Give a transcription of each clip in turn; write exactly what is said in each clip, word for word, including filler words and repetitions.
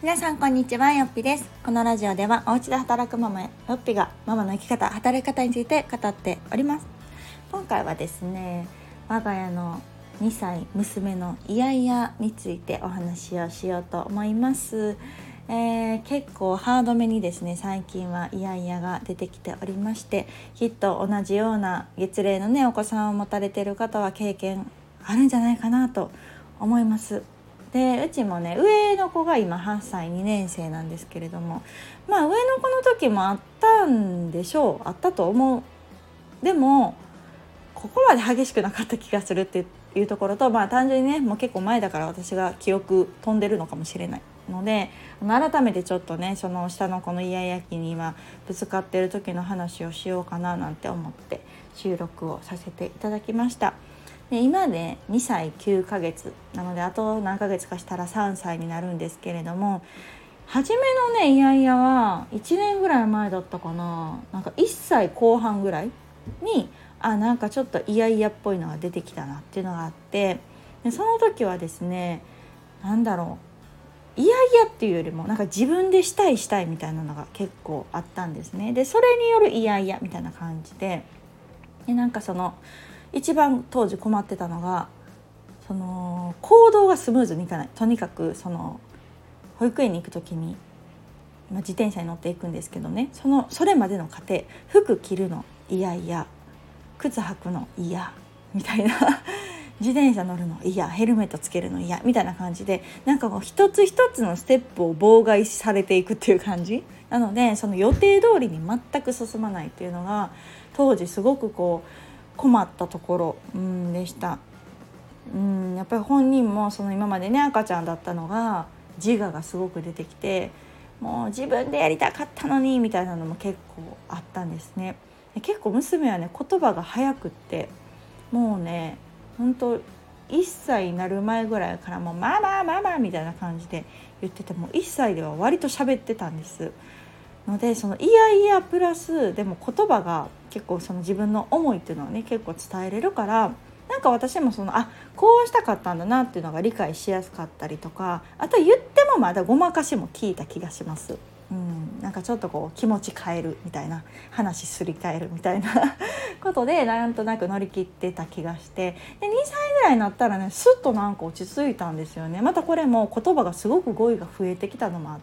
皆さんこんにちは、よっぴです。このラジオではお家で働くママやよっぴがママの生き方、働き方について語っております。今回はですね、我が家のにさい娘のイヤイヤについてお話をしようと思います。えー、結構ハードめにですね、最近はイヤイヤが出てきておりまして、きっと同じような月齢のねお子さんを持たれている方は経験あるんじゃないかなと思います。でうちもね、上の子が今はっさいにねん生なんですけれども、まあ上の子の時もあったんでしょう、あったと思う。でもここまで激しくなかった気がするっていうところと、まあ単純にね、もう結構前だから私が記憶飛んでるのかもしれないので、改めてちょっとね、その下の子のイヤイヤ期に今ぶつかってる時の話をしようかななんて思って収録をさせていただきました。で今でにさいきゅうかげつなので、あと何ヶ月かしたらさんさいになるんですけれども、初めのねイヤイヤはいちねんぐらい前だったかな、なんかいっさいこう半ぐらいにあなんかちょっとイヤイヤっぽいのが出てきたなっていうのがあって、でその時はですね、なんだろう、イヤイヤっていうよりもなんか自分でしたいしたいみたいなのが結構あったんですね。でそれによるイヤイヤみたいな感じで、でなんかその一番当時困ってたのが、その行動がスムーズにいかない。とにかくその保育園に行く時に、まあ、自転車に乗っていくんですけどね、そのそれまでの過程、服着るのいやいや、靴履くのいやみたいな自転車乗るのいや、ヘルメットつけるのいやみたいな感じで、なんかこう一つ一つのステップを妨害されていくっていう感じなので、その予定通りに全く進まないっていうのが当時すごくこう困ったところ、うん、でした。うん、やっぱり本人もその今までね赤ちゃんだったのが自我がすごく出てきて、もう自分でやりたかったのにみたいなのも結構あったんですね。で結構娘はね言葉が早くって、もうね本当いっさいになる前ぐらいからもうママママみたいな感じで言ってて、もいっさいでは割と喋ってたんですので、そのイヤイヤプラスでも言葉が結構その自分の思いっていうのをね結構伝えれるから、なんか私もそのあこうしたかったんだなっていうのが理解しやすかったりとか、あと言ってもまだごまかしも効いた気がします。うん、なんかちょっとこう気持ち変えるみたいな、話すり替えるみたいなことでなんとなく乗り切ってた気がして、でにさいぐらいになったらねスッとなんか落ち着いたんですよね。またこれも言葉がすごく語彙が増えてきたのもあって、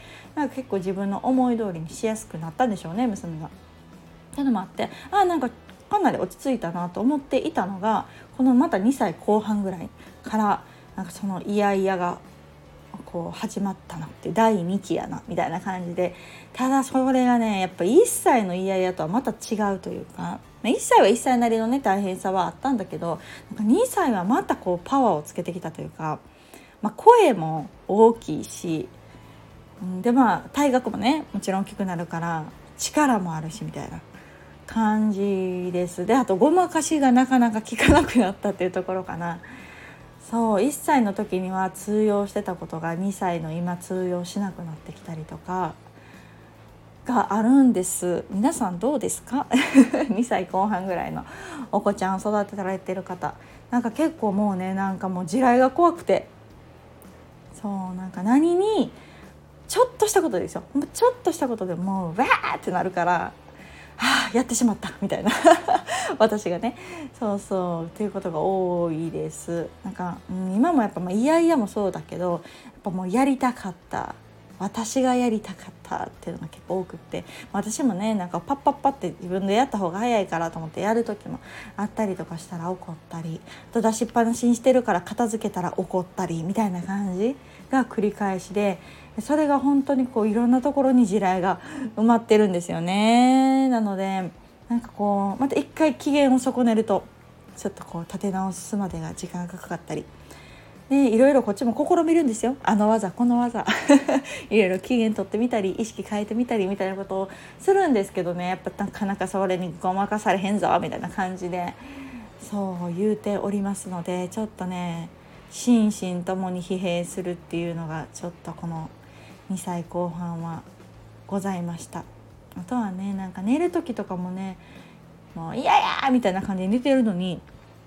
なんか結構自分の思い通りにしやすくなったんでしょうね、娘が。っていうのもあって、あなんかかなり落ち着いたなと思っていたのが、このまたにさいこう半ぐらいからなんかそのイヤイヤがこう始まったなっていう、だいにきやなみたいな感じで、ただそれがねやっぱいっさいのイヤイヤとはまた違うというか、いっさいはいっさいなりのね大変さはあったんだけど、なんかにさいはまたこうパワーをつけてきたというか、まあ、声も大きいし、でまあ体格もねもちろん大きくなるから力もあるしみたいな感じです。であとごまかしがなかなか効かなくなったっていうところかな。そういっさいの時には通用してたことがにさいの今通用しなくなってきたりとかがあるんです。皆さんどうですかにさいこう半ぐらいのお子ちゃんを育てられてる方、なんか結構もうね、なんかもう地雷が怖くて、そうなんか何にちょっとしたことですよ、ちょっとしたことでもうわーってなるから、はあ、やってしまったみたいな私がね、そうそうっていうことが多いです。なんか、うん、今もやっぱまあいやいやもそうだけど、やっぱもうやりたかった、私がやりたかったっていうのが結構多くって、私もねなんかパッパッパって自分でやった方が早いからと思ってやる時もあったりとかしたら怒ったり、あと出しっぱなしにしてるから片付けたら怒ったりみたいな感じが繰り返しで、それが本当にこういろんなところに地雷が埋まってるんですよね。なのでなんかこうまた一回機嫌を損ねるとちょっとこう立て直すまでが時間がかかったりで、いろいろこっちも試みるんですよ。あの技この技いろいろ機嫌取ってみたり意識変えてみたりみたいなことをするんですけどね、やっぱなかなかそれにごまかされへんぞみたいな感じでそう言うておりますので、ちょっとね心身ともに疲弊するっていうのがちょっとこのにさいこう半はございました。あとはね、なんか寝る時とかもね、もういやいやみたいな感じで寝てるのに、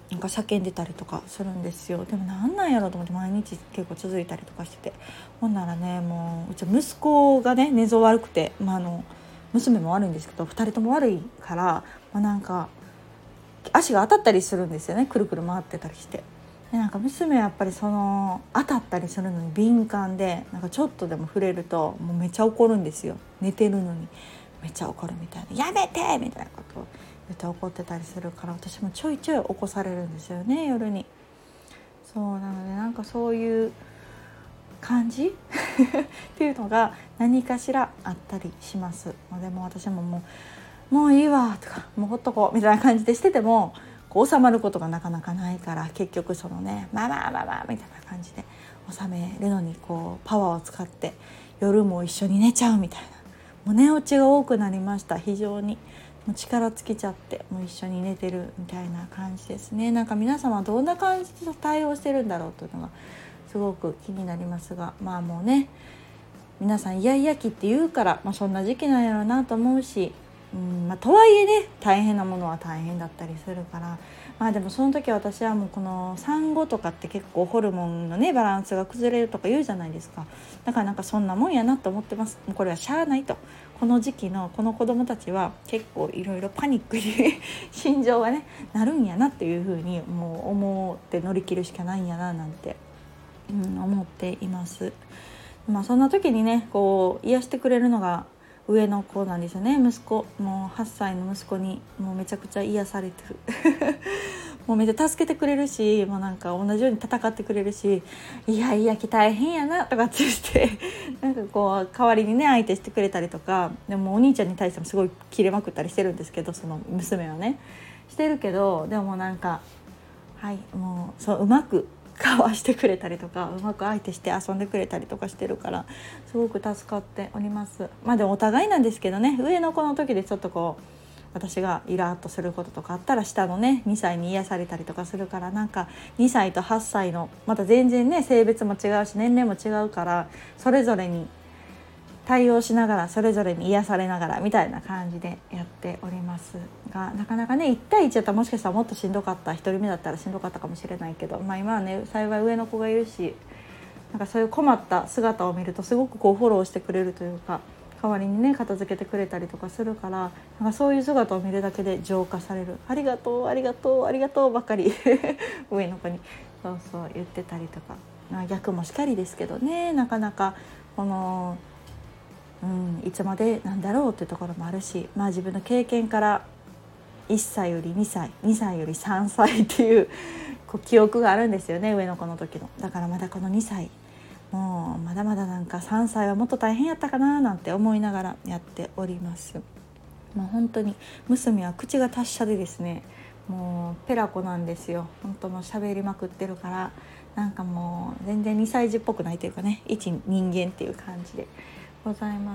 なんか叫んでたりとかするんですよ。でもなんなんやろうと思って毎日結構続いたりとかしてて、ほんならねもううち息子がね寝相悪くて、まあ、あの娘も悪いんですけどふたりとも悪いから、まあ、なんか足が当たったりするんですよね、くるくる回ってたりして。でなんか娘はやっぱりその当たったりするのに敏感で、なんかちょっとでも触れるともうめっちゃ怒るんですよ。寝てるのにめっちゃ怒るみたいな、やめてみたいなことを言って怒ってたりするから、私もちょいちょい起こされるんですよね、夜に。そうなのでなんかそういう感じっていうのが何かしらあったりしますので、もう私ももうもういいわとかもうほっとこうみたいな感じでしててもこう収まることがなかなかないから、結局そのねママママみたいな感じで収めるのにこうパワーを使って夜も一緒に寝ちゃうみたいな、もう寝落ちが多くなりました。非常にもう力尽きちゃってもう一緒に寝てるみたいな感じですね。なんか皆様どんな感じで対応してるんだろうというのがすごく気になりますが、まあもうね皆さんイヤイヤ期って言うから、まあ、そんな時期なんやろうなと思うし、うんまあ、とはいえね大変なものは大変だったりするから、まあでもその時私はもうこの産後とかって結構ホルモンのねバランスが崩れるとか言うじゃないですか。だからなんかそんなもんやなと思ってます。これはしゃあないと、この時期のこの子供たちは結構いろいろパニックに心情がねなるんやなっていう風にもう思って乗り切るしかないんやななんて、うん、思っています。まあそんな時にねこう癒してくれるのが上の子なんですよね。息子もうはっさいの息子にもうめちゃくちゃ癒されてるもうめっちゃ助けてくれるし、もうなんか同じように戦ってくれるし、いやいや大変やなとかって言ってなんかこう代わりにね相手してくれたりとか、でもお兄ちゃんに対してもすごいキレまくったりしてるんですけど、その娘はねしてるけど、でもなんかはいもうそううまくかわしてくれたりとかうまく相手して遊んでくれたりとかしてるからすごく助かっております。まあでもお互いなんですけどね、上の子の時でちょっとこう私がイラッとすることとかあったら下のねにさいに癒されたりとかするから、なんかにさいとはっさいのまた全然ね性別も違うし年齢も違うから、それぞれに対応しながらそれぞれに癒されながらみたいな感じでやっておりますが、なかなかねいち対いちだったらもしかしたらもっとしんどかった、ひとりめだったらしんどかったかもしれないけど、まあ今はね幸い上の子がいるし、なんかそういう困った姿を見るとすごくこうフォローしてくれるというか、代わりにね片付けてくれたりとかするから、なんかそういう姿を見るだけで浄化される、ありがとうありがとうありがとうばっかり上の子にそうそう言ってたりとか、まあ、逆もしかりですけどね、なかなかこのうん、いつまでなんだろうというところもあるし、まあ、自分の経験からいっさいよりにさいにさいよりさんさいっていうこう記憶があるんですよね、上の子の時の。だからまだこのにさいもうまだまだなんかさんさいはもっと大変やったかななんて思いながらやっております。もう本当に娘は口が達者でですね、もうペラ子なんですよ。本当もう喋りまくってるから、なんかもう全然にさい児っぽくないというかね、一人間っていう感じでございます。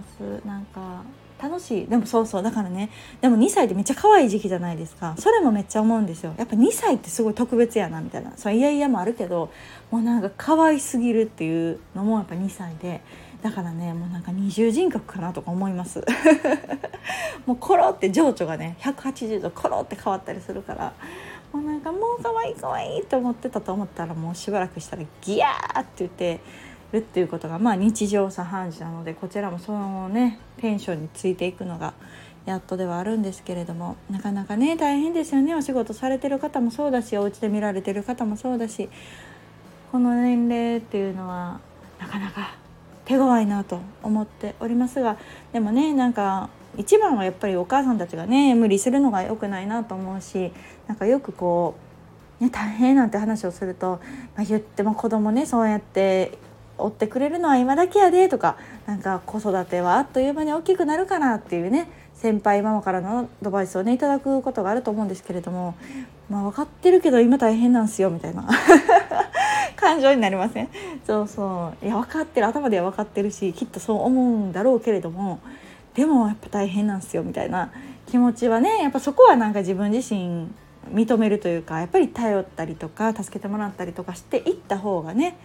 なんか楽しい。でもそうそうだからね、でもにさいってめっちゃ可愛い時期じゃないですか。それもめっちゃ思うんですよ。やっぱにさいってすごい特別やなみたいな、そういやいやもあるけど、もうなんか可愛すぎるっていうのもやっぱにさいで、だからねもうなんか二重人格かなとか思いますもうコロって情緒がねひゃくはちじゅうどコロって変わったりするから、もうなんかもう可愛い可愛いと思ってたと思ったら、もうしばらくしたらギヤーって言ってるっていうことがまあ日常茶飯事なので、こちらもそのねテンションについていくのがやっとではあるんですけれども、なかなかね大変ですよね。お仕事されてる方もそうだし、お家で見られてる方もそうだし、この年齢っていうのはなかなか手強いなと思っておりますが、でもねなんか一番はやっぱりお母さんたちがね無理するのが良くないなと思うし、なんかよくこう、ね、大変なんて話をすると、まあ、言っても子供ねそうやって追ってくれるのは今だけやでとか、なんか子育てはあっという間に大きくなるかなっていうね先輩ママからのアドバイスをねいただくことがあると思うんですけれども、まあ分かってるけど今大変なんすよみたいな感情になりません？そうそういや分かってる、頭では分かってるしきっとそう思うんだろうけれども、でもやっぱ大変なんすよみたいな気持ちはね、やっぱそこはなんか自分自身認めるというか、やっぱり頼ったりとか助けてもらったりとかしていった方がね、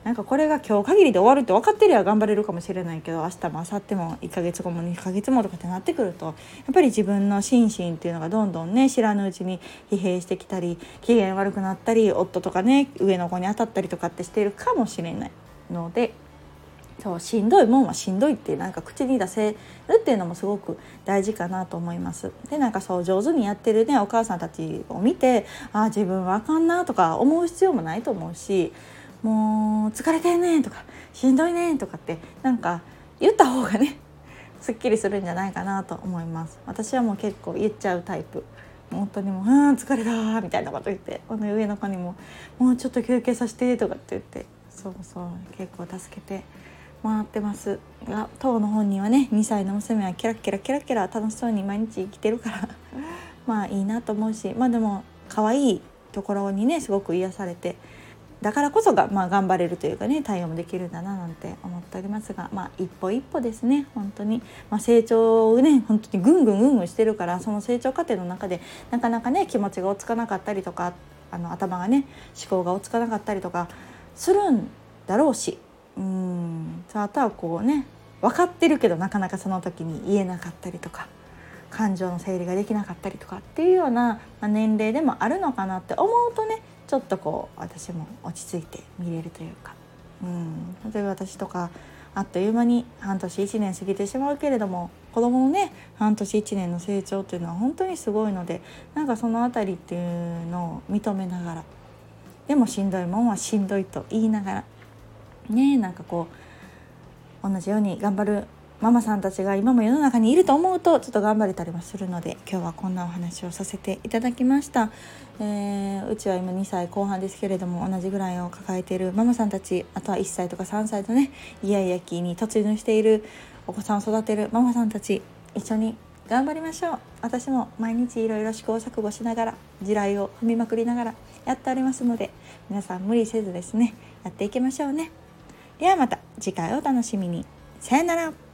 なんかこれが今日限りで終わるって分かってりゃ頑張れるかもしれないけど、明日も明後日もいっかげつごもにかげつもとかってなってくると、やっぱり自分の心身っていうのがどんどんね知らぬうちに疲弊してきたり、機嫌悪くなったり、夫とかね上の子に当たったりとかってしているかもしれないので、そうしんどいもんはしんどいってなんか口に出せるっていうのもすごく大事かなと思います。でなんかそう上手にやってるねお母さんたちを見て、あ自分はあかんなとか思う必要もないと思うし、もう疲れてんねんとかしんどいねんとかってなんか言った方がねすっきりするんじゃないかなと思います。私はもう結構言っちゃうタイプ。本当にもううん疲れたみたいなこと言って、この上の子にももうちょっと休憩させてとかって言って、そうそう結構助けてもらってますが、当の本人はねにさいの娘はキラキラキラキラ楽しそうに毎日生きてるからまあいいなと思うし、まあでも可愛いところにねすごく癒されて、だからこそが、まあ、頑張れるというかね対応もできるんだななんて思っておりますが、まあ一歩一歩ですね本当に、まあ、成長をね本当にぐんぐんぐんぐんしてるから、その成長過程の中でなかなかね気持ちが追いつかなかったりとか、あの頭がね思考が追いつかなかったりとかするんだろうし、うーんあとはこうね分かってるけどなかなかその時に言えなかったりとか、感情の整理ができなかったりとかっていうような、まあ、年齢でもあるのかなって思うとね、ちょっとこう私も落ち着いて見れるというか、うん例えば私とかあっという間に半年いちねん過ぎてしまうけれども、子供のね半年いちねんの成長っていうのは本当にすごいので、なんかそのあたりっていうのを認めながら、でもしんどいもんはしんどいと言いながらね、なんかこう同じように頑張るママさんたちが今も世の中にいると思うとちょっと頑張れたりもするので、今日はこんなお話をさせていただきました。えー、うちは今にさいこう半ですけれども、同じぐらいを抱えているママさんたち、あとはいっさいとかさんさいとねイヤイヤ期に突入しているお子さんを育てるママさんたち、一緒に頑張りましょう。私も毎日いろいろ試行錯誤しながら地雷を踏みまくりながらやっておりますので、皆さん無理せずですねやっていきましょうね。ではまた次回をお楽しみに。さよなら。